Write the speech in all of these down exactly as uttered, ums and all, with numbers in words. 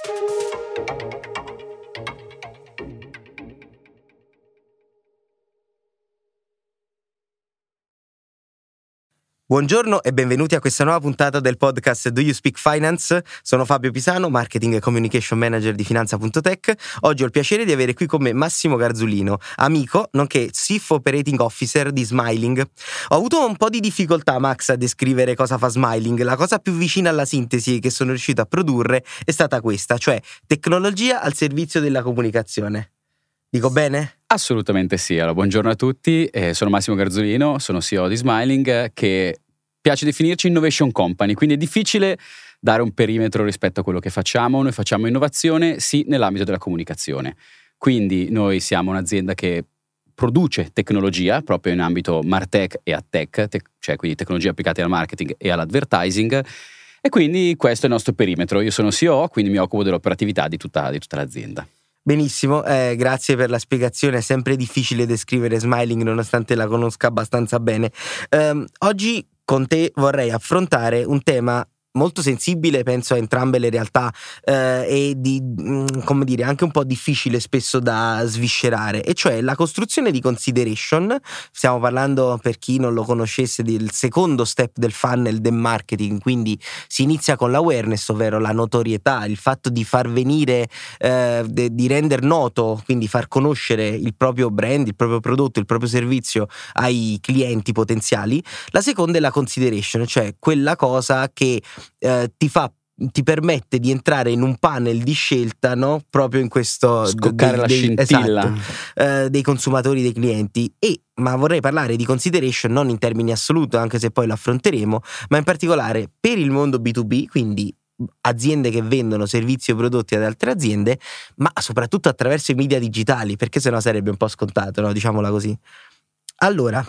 Buongiorno e benvenuti a questa nuova puntata del podcast Do You Speak Finance? Sono Fabio Pisano, Marketing e Communication Manager di Finanza punto tech. Oggi ho il piacere di avere qui con me Massimo Garzulino, amico nonché Chief Operating Officer di Smiling. Ho avuto un po' di difficoltà, Max, a descrivere cosa fa Smiling. La cosa più vicina alla sintesi che sono riuscito a produrre è stata questa, cioè tecnologia al servizio della comunicazione. Dico bene? Assolutamente sì. Allora, buongiorno a tutti, eh, sono Massimo Garzulino, sono C E O di Smiling, che piace definirci Innovation Company, quindi è difficile dare un perimetro rispetto a quello che facciamo. Noi facciamo innovazione, sì, nell'ambito della comunicazione. Quindi noi siamo un'azienda che produce tecnologia proprio in ambito MarTech e AdTech, te- cioè quindi tecnologie applicate al marketing e all'advertising, e quindi questo è il nostro perimetro. Io sono C E O, quindi mi occupo dell'operatività di tutta, di tutta l'azienda. Benissimo, eh, grazie per la spiegazione. È sempre difficile descrivere Smiling nonostante la conosca abbastanza bene. Um, oggi con te vorrei affrontare un tema molto sensibile, penso a entrambe le realtà, eh, e di, mh, come dire, anche un po' difficile spesso da sviscerare, e cioè la costruzione di consideration. Stiamo parlando, per chi non lo conoscesse, del secondo step del funnel del marketing, quindi si inizia con l'awareness, ovvero la notorietà, il fatto di far venire, eh, de, di rendere noto, quindi far conoscere il proprio brand, il proprio prodotto, il proprio servizio ai clienti potenziali. La seconda è la consideration, cioè quella cosa che Eh, ti fa ti permette di entrare in un panel di scelta, no? Proprio in questo scoccare dei, la dei, scintilla esatto, eh, dei consumatori, dei clienti. E ma vorrei parlare di consideration non in termini assoluti, anche se poi lo affronteremo, ma in particolare per il mondo B due B, quindi aziende che vendono servizi o prodotti ad altre aziende, ma soprattutto attraverso i media digitali, perché sennò sarebbe un po' scontato, no? Diciamola così. Allora,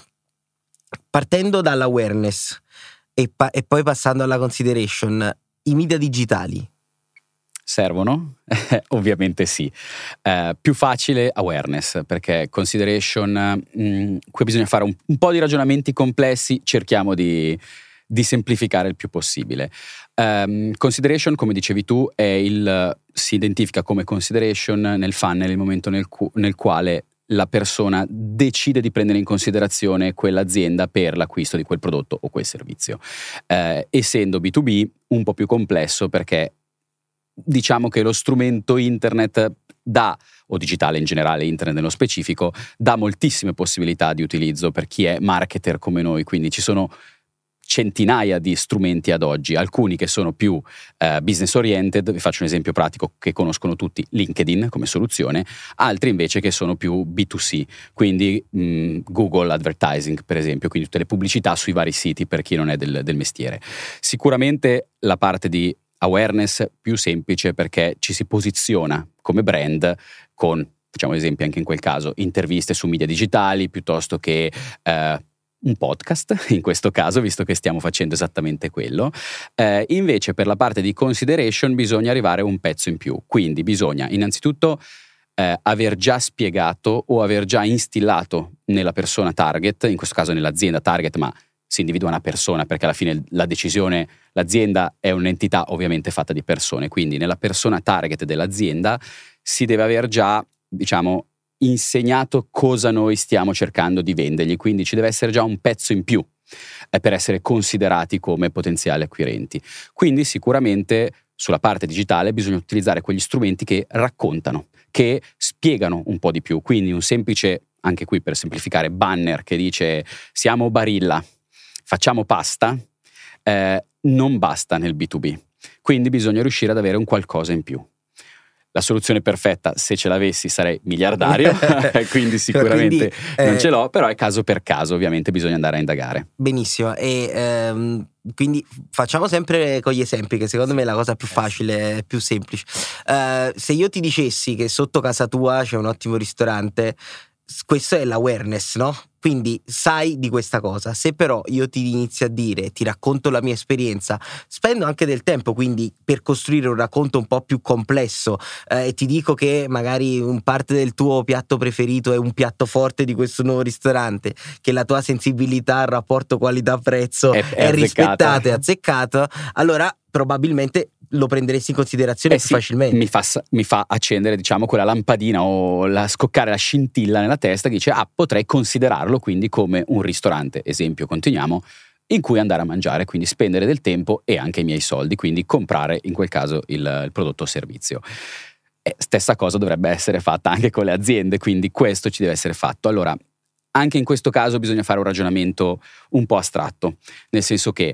partendo dall'awareness E, pa- e poi passando alla consideration, i media digitali servono? Ovviamente sì. Uh, più facile awareness, perché consideration, mh, qui bisogna fare un, un po' di ragionamenti complessi, cerchiamo di, di semplificare il più possibile. Um, consideration, come dicevi tu, è il, si identifica come consideration nel funnel il momento nel, cu- nel quale la persona decide di prendere in considerazione quell'azienda per l'acquisto di quel prodotto o quel servizio. Eh, essendo B due B un po' più complesso, perché diciamo che lo strumento internet dà, o digitale in generale, internet nello specifico, dà moltissime possibilità di utilizzo per chi è marketer come noi, quindi ci sono centinaia di strumenti ad oggi, alcuni che sono più eh, business oriented, vi faccio un esempio pratico che conoscono tutti, LinkedIn come soluzione, altri invece che sono più B due C, quindi mh, Google Advertising per esempio, quindi tutte le pubblicità sui vari siti per chi non è del, del mestiere. Sicuramente la parte di awareness più semplice, perché ci si posiziona come brand con, facciamo esempi anche in quel caso, interviste su media digitali piuttosto che eh, un podcast, in questo caso, visto che stiamo facendo esattamente quello. Eh, invece per la parte di consideration bisogna arrivare un pezzo in più, quindi bisogna innanzitutto eh, aver già spiegato o aver già instillato nella persona target, in questo caso nell'azienda target, ma si individua una persona perché alla fine la decisione, l'azienda è un'entità ovviamente fatta di persone, quindi nella persona target dell'azienda si deve aver già, diciamo, insegnato cosa noi stiamo cercando di vendergli, quindi ci deve essere già un pezzo in più eh, per essere considerati come potenziali acquirenti. Quindi sicuramente sulla parte digitale bisogna utilizzare quegli strumenti che raccontano, che spiegano un po' di più, quindi un semplice, anche qui per semplificare, banner che dice siamo Barilla, facciamo pasta, eh, non basta nel B due B, quindi bisogna riuscire ad avere un qualcosa in più. La soluzione perfetta, se ce l'avessi, sarei miliardario, quindi sicuramente quindi, eh, non ce l'ho, però è caso per caso, ovviamente bisogna andare a indagare. Benissimo, e ehm, quindi facciamo sempre con gli esempi, che secondo me è la cosa più facile, più semplice. Uh, se io ti dicessi che sotto casa tua c'è un ottimo ristorante, questo è l'awareness, no? Quindi sai di questa cosa. Se però io ti inizio a dire, ti racconto la mia esperienza, spendo anche del tempo quindi per costruire un racconto un po' più complesso, eh, e ti dico che magari un parte del tuo piatto preferito è un piatto forte di questo nuovo ristorante, che la tua sensibilità al rapporto qualità-prezzo è, è, è rispettata e azzeccata, allora probabilmente lo prenderesti in considerazione eh più sì, facilmente. Mi fa, mi fa accendere, diciamo, quella lampadina o la, scoccare la scintilla nella testa che dice: ah, potrei considerarlo quindi come un ristorante, esempio, continuiamo, in cui andare a mangiare, quindi spendere del tempo e anche i miei soldi, quindi comprare in quel caso il, il prodotto o servizio. E stessa cosa dovrebbe essere fatta anche con le aziende, quindi questo ci deve essere fatto. Allora, anche in questo caso bisogna fare un ragionamento un po' astratto, nel senso che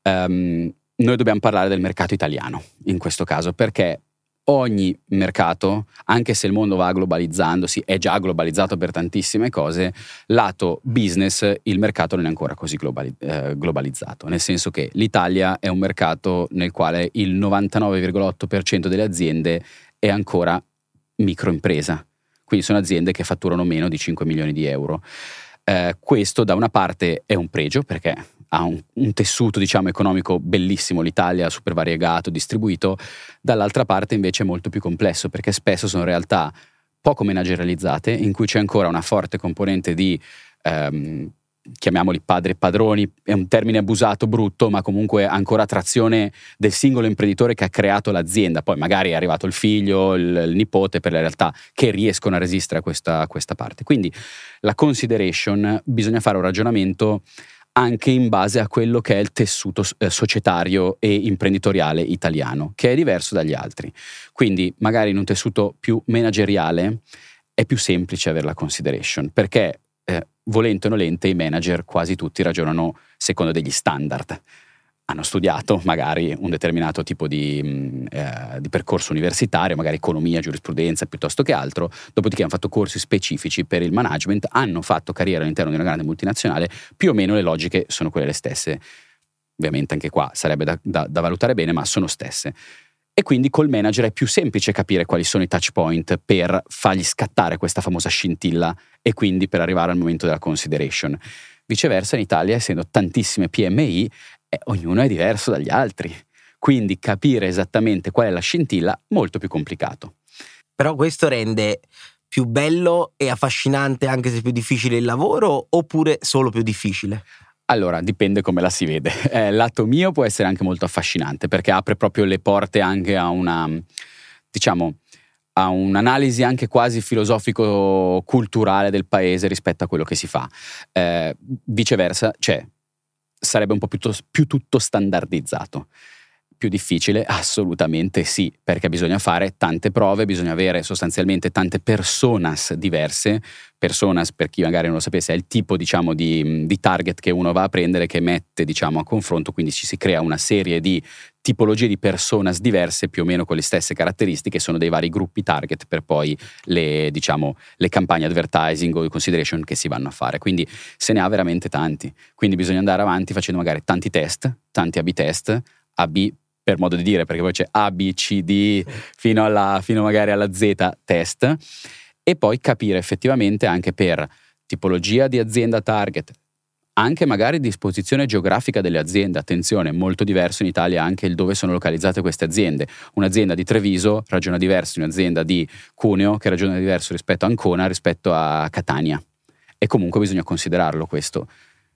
um, noi dobbiamo parlare del mercato italiano in questo caso, perché ogni mercato, anche se il mondo va globalizzandosi, è già globalizzato per tantissime cose, lato business il mercato non è ancora così globali- eh, globalizzato, nel senso che l'Italia è un mercato nel quale il novantanove virgola otto per cento delle aziende è ancora microimpresa, quindi sono aziende che fatturano meno di cinque milioni di euro. Eh, questo da una parte è un pregio, perché ha un, un tessuto, diciamo, economico bellissimo, l'Italia super variegato, distribuito. Dall'altra parte invece è molto più complesso, perché spesso sono realtà poco managerializzate, in cui c'è ancora una forte componente di ehm, chiamiamoli padri e padroni, è un termine abusato, brutto, ma comunque ancora trazione del singolo imprenditore che ha creato l'azienda. Poi magari è arrivato il figlio, il, il nipote, per le realtà che riescono a resistere a questa, a questa parte. Quindi la consideration, bisogna fare un ragionamento anche in base a quello che è il tessuto eh, societario e imprenditoriale italiano, che è diverso dagli altri. Quindi magari in un tessuto più manageriale è più semplice avere la consideration, perché eh, volente o nolente i manager quasi tutti ragionano secondo degli standard. Hanno studiato magari un determinato tipo di, eh, di percorso universitario, magari economia, giurisprudenza piuttosto che altro, dopodiché hanno fatto corsi specifici per il management, hanno fatto carriera all'interno di una grande multinazionale, più o meno le logiche sono quelle le stesse. Ovviamente anche qua sarebbe da, da, da valutare bene, ma sono stesse. E quindi col manager è più semplice capire quali sono i touch point per fargli scattare questa famosa scintilla e quindi per arrivare al momento della consideration. Viceversa in Italia, essendo tantissime P M I, eh, ognuno è diverso dagli altri, quindi capire esattamente qual è la scintilla molto più complicato. Però questo rende più bello e affascinante, anche se più difficile, il lavoro, oppure solo più difficile? Allora, dipende come la si vede. Eh, lato mio può essere anche molto affascinante, perché apre proprio le porte anche a una, diciamo, a un'analisi anche quasi filosofico-culturale del paese rispetto a quello che si fa. Eh, viceversa, cioè, sarebbe un po' più, più tutto standardizzato. Più difficile? Assolutamente sì, perché bisogna fare tante prove, bisogna avere sostanzialmente tante personas diverse. Personas, per chi magari non lo sapesse, è il tipo, diciamo, di, di target che uno va a prendere, che mette, diciamo, a confronto, quindi ci si crea una serie di tipologie di personas diverse, più o meno con le stesse caratteristiche, sono dei vari gruppi target per poi le, diciamo, le campagne advertising o di consideration che si vanno a fare. Quindi se ne ha veramente tanti. Quindi bisogna andare avanti facendo magari tanti test, tanti A B test, A B per modo di dire, perché poi c'è A, B, C, D, fino, alla, fino magari alla Z test, e poi capire effettivamente anche per tipologia di azienda target, anche magari disposizione geografica delle aziende. Attenzione, molto diverso in Italia anche il dove sono localizzate queste aziende. Un'azienda di Treviso ragiona diverso di un'azienda di Cuneo, che ragiona diverso rispetto a Ancona, rispetto a Catania. E comunque bisogna considerarlo questo,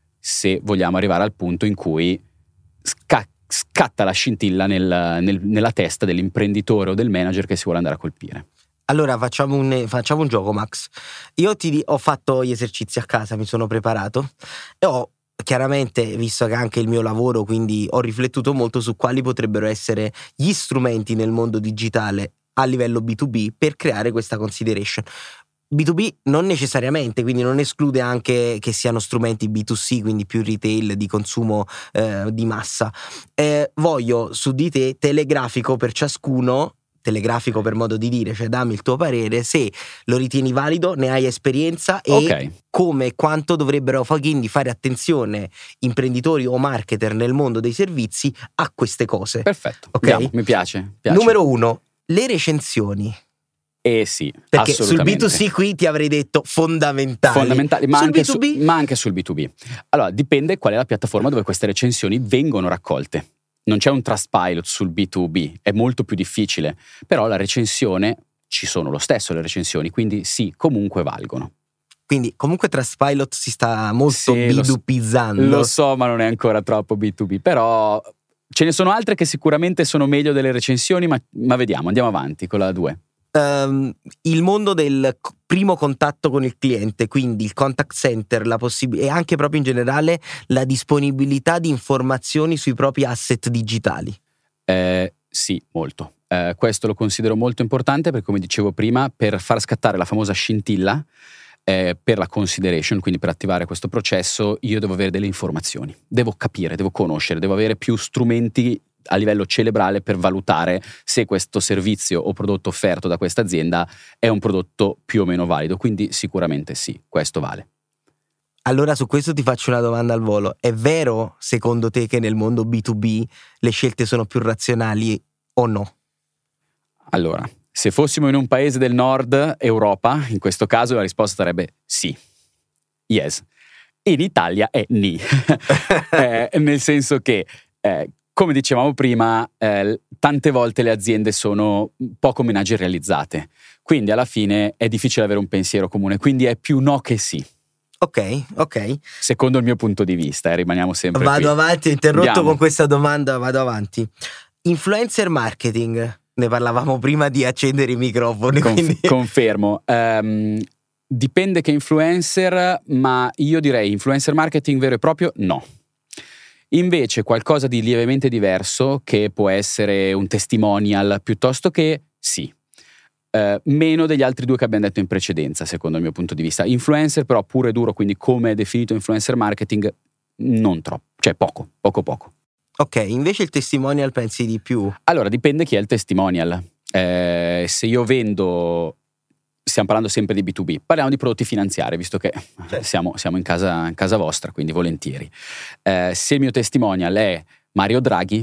se vogliamo arrivare al punto in cui scacca scatta la scintilla nel, nel, nella testa dell'imprenditore o del manager che si vuole andare a colpire. Allora facciamo un, facciamo un gioco, Max. Io ti ho fatto gli esercizi a casa, mi sono preparato e ho chiaramente, visto che anche il mio lavoro, quindi ho riflettuto molto su quali potrebbero essere gli strumenti nel mondo digitale a livello B due B per creare questa consideration. B due B non necessariamente, quindi non esclude anche che siano strumenti B due C, quindi più retail, di consumo eh, di massa. Eh, voglio su di te telegrafico per ciascuno, telegrafico per modo di dire, cioè dammi il tuo parere, se lo ritieni valido, ne hai esperienza e okay. Come e quanto dovrebbero quindi fare attenzione imprenditori o marketer nel mondo dei servizi a queste cose. Perfetto, okay? Andiamo, mi piace, piace. Numero uno, le recensioni. Eh sì, perché sul B due assolutamente. C qui ti avrei detto fondamentali, fondamentali, ma sul anche, B due B? su, ma anche sul B due B. Allora, dipende qual è la piattaforma dove queste recensioni vengono raccolte. Non c'è un Trustpilot sul B due B, è molto più difficile, però la recensione, ci sono lo stesso le recensioni, quindi sì, comunque valgono. Quindi comunque Trustpilot si sta molto sì, B due B-izzando. Lo so, ma non è ancora troppo B due B, però Ce ne sono altre che sicuramente sono meglio delle recensioni, ma, ma vediamo, andiamo avanti con la due. Um, il mondo del c- primo contatto con il cliente, quindi il contact center, la possib- e anche proprio in generale la disponibilità di informazioni sui propri asset digitali. Eh, sì, molto. Eh, questo lo considero molto importante perché, come dicevo prima, per far scattare la famosa scintilla, eh, per la consideration, quindi per attivare questo processo, io devo avere delle informazioni, devo capire, devo conoscere, devo avere più strumenti a livello cerebrale per valutare se questo servizio o prodotto offerto da questa azienda è un prodotto più o meno valido. Quindi sicuramente sì, questo vale. Allora su questo ti faccio una domanda al volo. È vero secondo te che nel mondo B due B le scelte sono più razionali o no? Allora, se fossimo in un paese del nord Europa, in questo caso la risposta sarebbe sì. Yes. In Italia è ni. eh, nel senso che eh, come dicevamo prima, eh, tante volte le aziende sono poco managerializzate, quindi alla fine è difficile avere un pensiero comune, quindi è più no che sì. Ok, ok. Secondo il mio punto di vista, eh, rimaniamo sempre Vado qui. avanti, ho interrotto Andiamo. con questa domanda, vado avanti. Influencer marketing, ne parlavamo prima di accendere i microfoni. Conf- quindi... Confermo. Um, dipende che influencer, ma io direi influencer marketing vero e proprio no. Invece qualcosa di lievemente diverso, che può essere un testimonial piuttosto che sì. Uh, meno degli altri due che abbiamo detto in precedenza, secondo il mio punto di vista. Influencer però puro e duro, quindi come è definito influencer marketing, non troppo, cioè poco, poco poco. Ok, invece il testimonial pensi di più? Allora, dipende chi è il testimonial. Eh, se io vendo, stiamo parlando sempre di B due B, parliamo di prodotti finanziari, visto che Certo. siamo, siamo in, casa, in casa vostra, quindi volentieri. Eh, se il mio testimonial è Mario Draghi,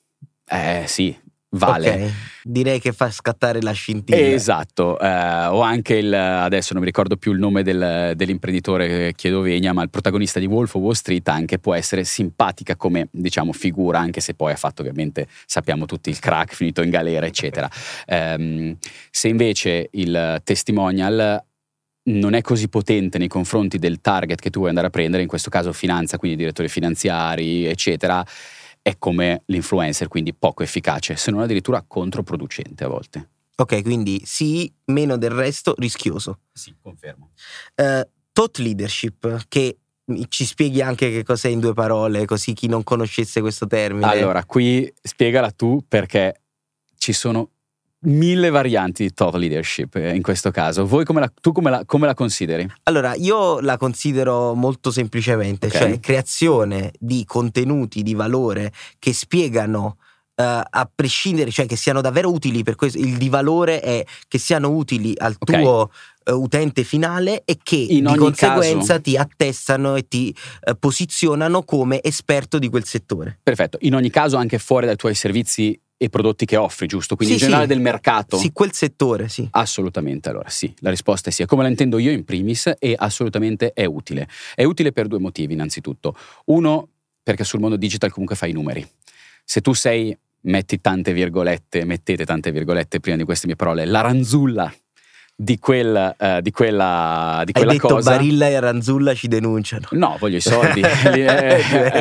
eh sì, vale. Ok, direi che fa scattare la scintilla. Esatto, eh, o anche il, adesso non mi ricordo più il nome del, dell'imprenditore chiedo vegna, ma il protagonista di Wolf of Wall Street anche può essere simpatica come, diciamo, figura, anche se poi ha fatto, ovviamente sappiamo tutti, il crack, finito in galera eccetera. Um, se invece il testimonial non è così potente nei confronti del target che tu vuoi andare a prendere, in questo caso finanza, quindi direttori finanziari eccetera, è come l'influencer, quindi poco efficace, se non addirittura controproducente a volte. Ok, quindi sì, meno del resto, rischioso. Sì, confermo. Uh, thought leadership, che ci spieghi anche che cos'è in due parole, così chi non conoscesse questo termine. Allora, qui spiegala tu, perché ci sono mille varianti di thought leadership in questo caso. Voi come la, tu come la, come la consideri? Allora, io la considero molto semplicemente, Okay. cioè creazione di contenuti di valore che spiegano uh, a prescindere, cioè che siano davvero utili per questo. Il di valore è che siano utili al Okay. tuo uh, utente finale e che In di ogni conseguenza caso- ti attestano e ti uh, posizionano come esperto di quel settore. Perfetto, in ogni caso anche fuori dai tuoi servizi e prodotti che offri, giusto? Quindi Sì, in generale sì. del mercato? Sì, quel settore, sì. Assolutamente, allora sì, la risposta è sì, è come la intendo io in primis, e assolutamente è utile. È utile per due motivi innanzitutto. Uno, perché sul mondo digital comunque fai i numeri. Se tu sei, metti tante virgolette, mettete tante virgolette prima di queste mie parole, la ranzulla di, quel, eh, di quella, di Hai quella detto cosa... Barilla e Ranzulla ci denunciano. No, voglio i soldi. Lì è,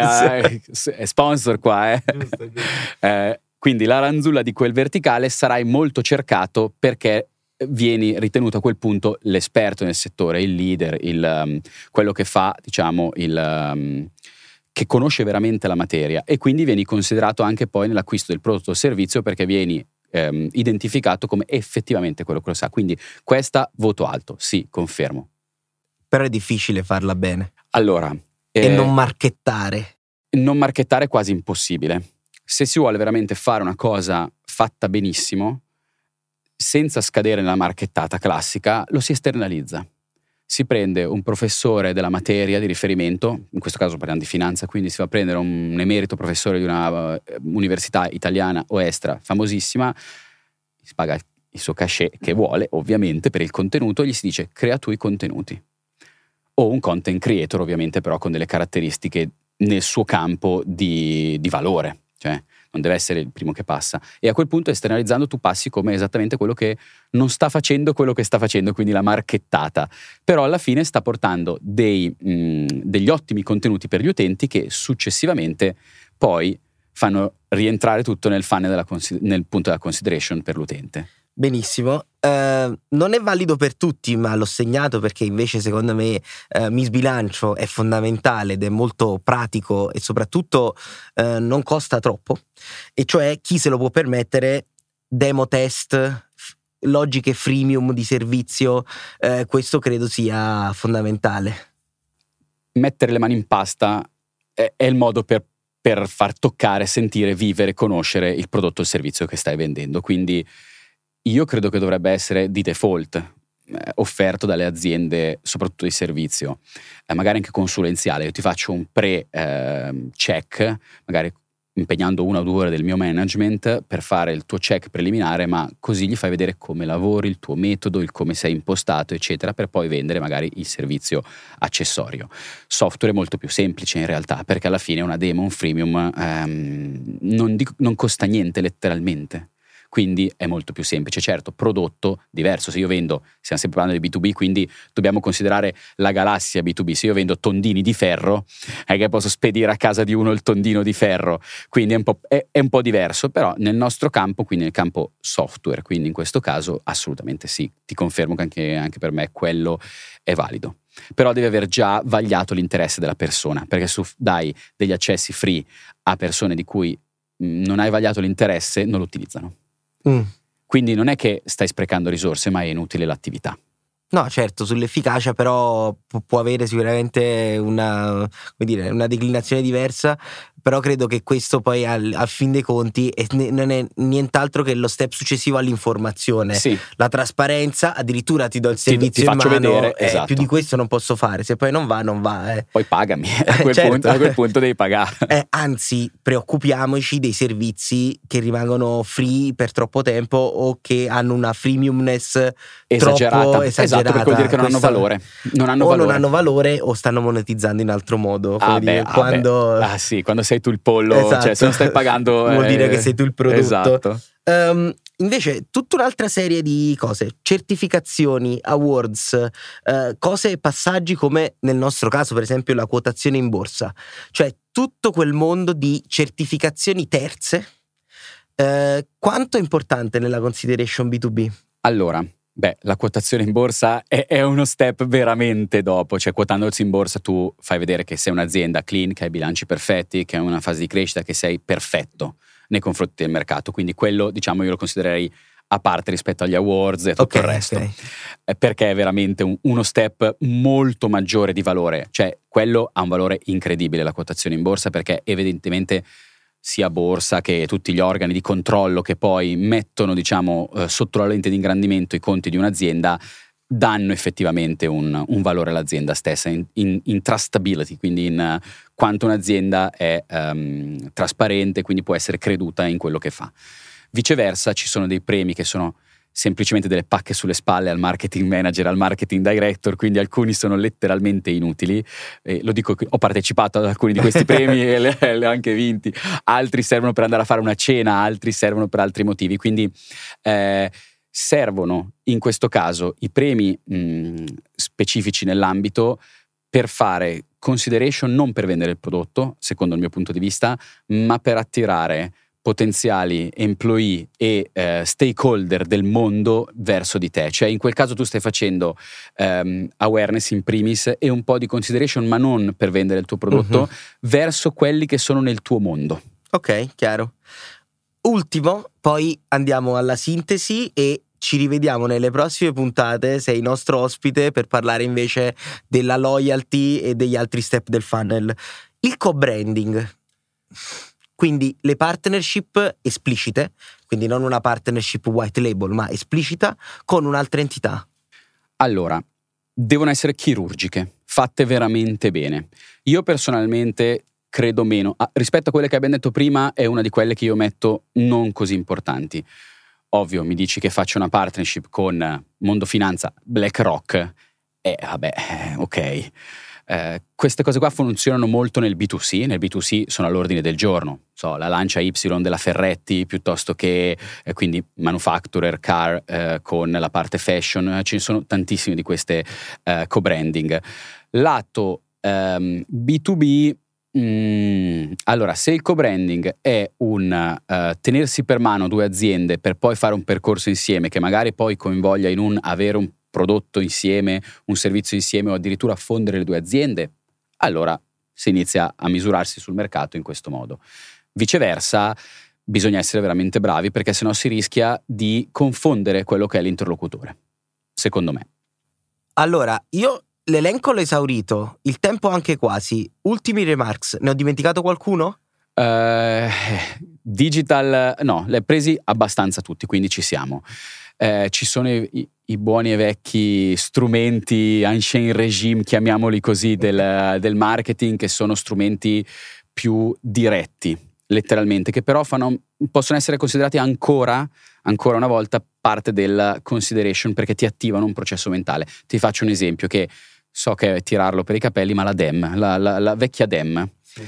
è, è sponsor qua, eh. Giusto, giusto. Eh, quindi la ranzulla di quel verticale sarai molto cercato perché vieni ritenuto a quel punto l'esperto nel settore, il leader, il, um, quello che fa, diciamo, il, um, che conosce veramente la materia, e quindi vieni considerato anche poi nell'acquisto del prodotto o servizio perché vieni um, identificato come effettivamente quello che lo sa. Quindi questa voto alto, sì, confermo. Però è difficile farla bene. Allora, E eh, non marchettare. non marchettare è quasi impossibile. Se si vuole veramente fare una cosa fatta benissimo, senza scadere nella marchettata classica, lo si esternalizza. Si prende un professore della materia di riferimento, in questo caso parliamo di finanza, quindi si va a prendere un emerito professore di una uh, università italiana o estera famosissima, si paga il suo cachet che vuole, ovviamente, per il contenuto, e gli si dice crea tu i contenuti. O un content creator, ovviamente, però con delle caratteristiche nel suo campo di, di valore. Cioè non deve essere il primo che passa, e a quel punto esternalizzando tu passi come esattamente quello che non sta facendo quello che sta facendo, quindi la marchettata, però alla fine sta portando dei, mh, degli ottimi contenuti per gli utenti che successivamente poi fanno rientrare tutto nel funnel della consi- nel punto della consideration per l'utente. Benissimo, eh, non è valido per tutti, ma l'ho segnato perché invece secondo me eh, mi sbilancio è fondamentale ed è molto pratico e soprattutto eh, non costa troppo, e cioè chi se lo può permettere, demo test, logiche freemium di servizio, eh, questo credo sia fondamentale. Mettere le mani in pasta è, è il modo per, per far toccare, sentire, vivere, conoscere il prodotto o il servizio che stai vendendo, quindi io credo che dovrebbe essere di default eh, offerto dalle aziende, soprattutto di servizio, eh, magari anche consulenziale. Io ti faccio un pre-check, eh, magari impegnando una o due ore del mio management per fare il tuo check preliminare, ma così gli fai vedere come lavori, il tuo metodo, il come sei impostato, eccetera, per poi vendere magari il servizio accessorio. Software è molto più semplice in realtà, perché alla fine una demo, un freemium, ehm, non, dico, non costa niente letteralmente. Quindi è molto più semplice. Certo, prodotto diverso. Se io vendo, stiamo sempre parlando di B due B, quindi dobbiamo considerare la galassia B due B. Se io vendo tondini di ferro, è che posso spedire a casa di uno il tondino di ferro, quindi è un po', è, è un po' diverso. Però nel nostro campo, quindi nel campo software, quindi in questo caso assolutamente sì, ti confermo che anche, anche per me quello è valido. Però deve aver già vagliato l'interesse della persona, perché se dai degli accessi free a persone di cui non hai vagliato l'interesse, non lo utilizzano. Mm. Quindi non è che stai sprecando risorse, ma è inutile l'attività. No, certo, sull'efficacia però pu- può avere sicuramente una, come dire, una declinazione diversa, però credo che questo poi al, al fin dei conti è, non è nient'altro che lo step successivo all'informazione. Sì. La trasparenza, addirittura ti do il servizio ti, ti in faccio mano, vedere, eh, esatto. Più di questo non posso fare, se poi non va, non va. Eh. Poi pagami, a quel, certo. punto, a quel punto devi pagare. Eh, anzi, preoccupiamoci dei servizi che rimangono free per troppo tempo o che hanno una freemiumness esagerata. troppo esagerata. Esatto, perché vuol dire che non hanno valore. Non hanno o valore. non hanno valore o stanno monetizzando in altro modo. Come ah, dire, beh, quando... ah, beh. ah sì, quando sei tu il pollo, esatto. Cioè se non stai pagando vuol eh... dire che sei tu il prodotto. Esatto. Um, invece tutta un'altra serie di cose, certificazioni, awards, uh, cose e passaggi come nel nostro caso per esempio la quotazione in borsa, cioè tutto quel mondo di certificazioni terze. Uh, quanto è importante nella consideration B due B? Allora, beh, la quotazione in borsa è, è uno step veramente dopo, cioè quotandosi in borsa tu fai vedere che sei un'azienda clean, che hai bilanci perfetti, che hai una fase di crescita, che sei perfetto nei confronti del mercato, quindi quello diciamo io lo considererei a parte rispetto agli awards e tutto okay, il resto, okay. Perché è veramente un, uno step molto maggiore di valore, cioè quello ha un valore incredibile la quotazione in borsa, perché evidentemente sia borsa che tutti gli organi di controllo che poi mettono diciamo eh, sotto la lente di ingrandimento i conti di un'azienda danno effettivamente un, un valore all'azienda stessa in, in, in trustability, quindi in uh, quanto un'azienda è um, trasparente, quindi può essere creduta in quello che fa. Viceversa ci sono dei premi che sono semplicemente delle pacche sulle spalle al marketing manager, al marketing director, quindi alcuni sono letteralmente inutili. E lo dico, ho partecipato ad alcuni di questi premi e li ho anche vinti, altri servono per andare a fare una cena, altri servono per altri motivi, quindi eh, servono in questo caso i premi mh, specifici nell'ambito per fare consideration, non per vendere il prodotto, secondo il mio punto di vista, ma per attirare potenziali employee e eh, stakeholder del mondo verso di te. Cioè in quel caso tu stai facendo um, awareness in primis e un po' di consideration, ma non per vendere il tuo prodotto, uh-huh. verso quelli che sono nel tuo mondo. Ok, chiaro. Ultimo, poi andiamo alla sintesi e ci rivediamo nelle prossime puntate, sei nostro ospite per parlare invece della loyalty e degli altri step del funnel. Il co-branding, quindi le partnership esplicite, quindi non una partnership white label ma esplicita con un'altra entità. Allora, devono essere chirurgiche, fatte veramente bene. Io personalmente credo meno, ah, rispetto a quelle che abbiamo detto prima è una di quelle che io metto non così importanti. Ovvio, mi dici che faccio una partnership con Mondo Finanza, BlackRock, e eh, vabbè, ok. Eh, queste cose qua funzionano molto nel B due C, nel B due C sono all'ordine del giorno, so, la lancia Y della Ferretti piuttosto che eh, quindi manufacturer, car eh, con la parte fashion, ce ne sono tantissime di queste eh, co-branding. Lato ehm, B due B Mm, allora, se il co-branding è un uh, tenersi per mano due aziende per poi fare un percorso insieme che magari poi coinvolga in un avere un prodotto insieme, un servizio insieme o addirittura fondere le due aziende, allora si inizia a misurarsi sul mercato in questo modo. Viceversa, bisogna essere veramente bravi, perché sennò si rischia di confondere quello che è l'interlocutore, secondo me. Allora, io l'elenco l'ho esaurito, il tempo anche quasi. Ultimi remarks, ne ho dimenticato qualcuno? Uh, digital, no, li hai presi abbastanza tutti, quindi ci siamo. Uh, ci sono i, i buoni e vecchi strumenti ancien regime, chiamiamoli così, del, del marketing, che sono strumenti più diretti, letteralmente, che però fanno, possono essere considerati ancora, ancora una volta parte del consideration, perché ti attivano un processo mentale. Ti faccio un esempio che so che è tirarlo per i capelli, ma la D E M, la, la, la vecchia D E M, sì,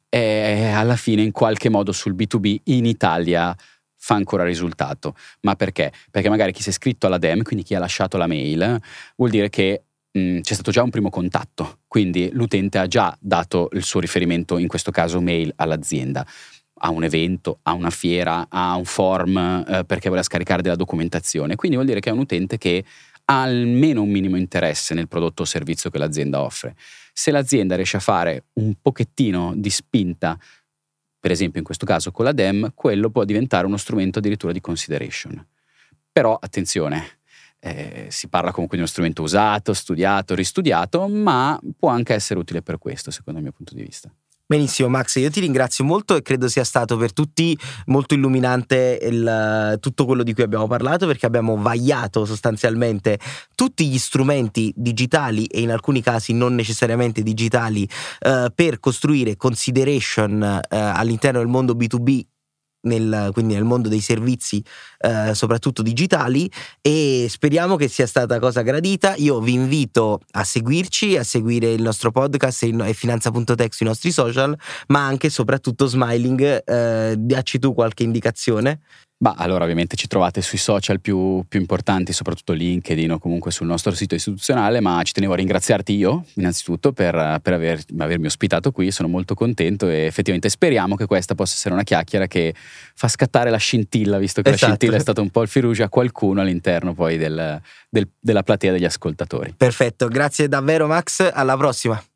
è alla fine in qualche modo sul B due B in Italia fa ancora risultato. Ma perché? Perché magari chi si è iscritto alla D E M, quindi chi ha lasciato la mail, vuol dire che mh, c'è stato già un primo contatto, quindi l'utente ha già dato il suo riferimento, in questo caso mail, all'azienda, a un evento, a una fiera, a un form eh, perché vuole scaricare della documentazione. Quindi vuol dire che è un utente che ha almeno un minimo interesse nel prodotto o servizio che l'azienda offre. Se l'azienda riesce a fare un pochettino di spinta, per esempio in questo caso con la D E M, quello può diventare uno strumento addirittura di consideration. Però attenzione, eh, si parla comunque di uno strumento usato, studiato, ristudiato, ma può anche essere utile per questo, secondo il mio punto di vista. Benissimo Max, io ti ringrazio molto e credo sia stato per tutti molto illuminante il, tutto quello di cui abbiamo parlato, perché abbiamo vagliato sostanzialmente tutti gli strumenti digitali e in alcuni casi non necessariamente digitali eh, per costruire consideration eh, all'interno del mondo B due B, nel, quindi nel mondo dei servizi eh, soprattutto digitali, e speriamo che sia stata cosa gradita. Io vi invito a seguirci, a seguire il nostro podcast e, e Finanza punto tech sui nostri social, ma anche e soprattutto Smiling. Eh, dacci tu qualche indicazione. Bah, allora ovviamente ci trovate sui social più, più importanti, soprattutto LinkedIn o comunque sul nostro sito istituzionale, ma ci tenevo a ringraziarti io innanzitutto per, per aver, avermi ospitato qui. Sono molto contento e effettivamente speriamo che questa possa essere una chiacchiera che fa scattare la scintilla, visto che esatto, la scintilla è stato un po' il fil rouge a qualcuno all'interno poi del, del, della platea degli ascoltatori. Perfetto, grazie davvero Max, alla prossima.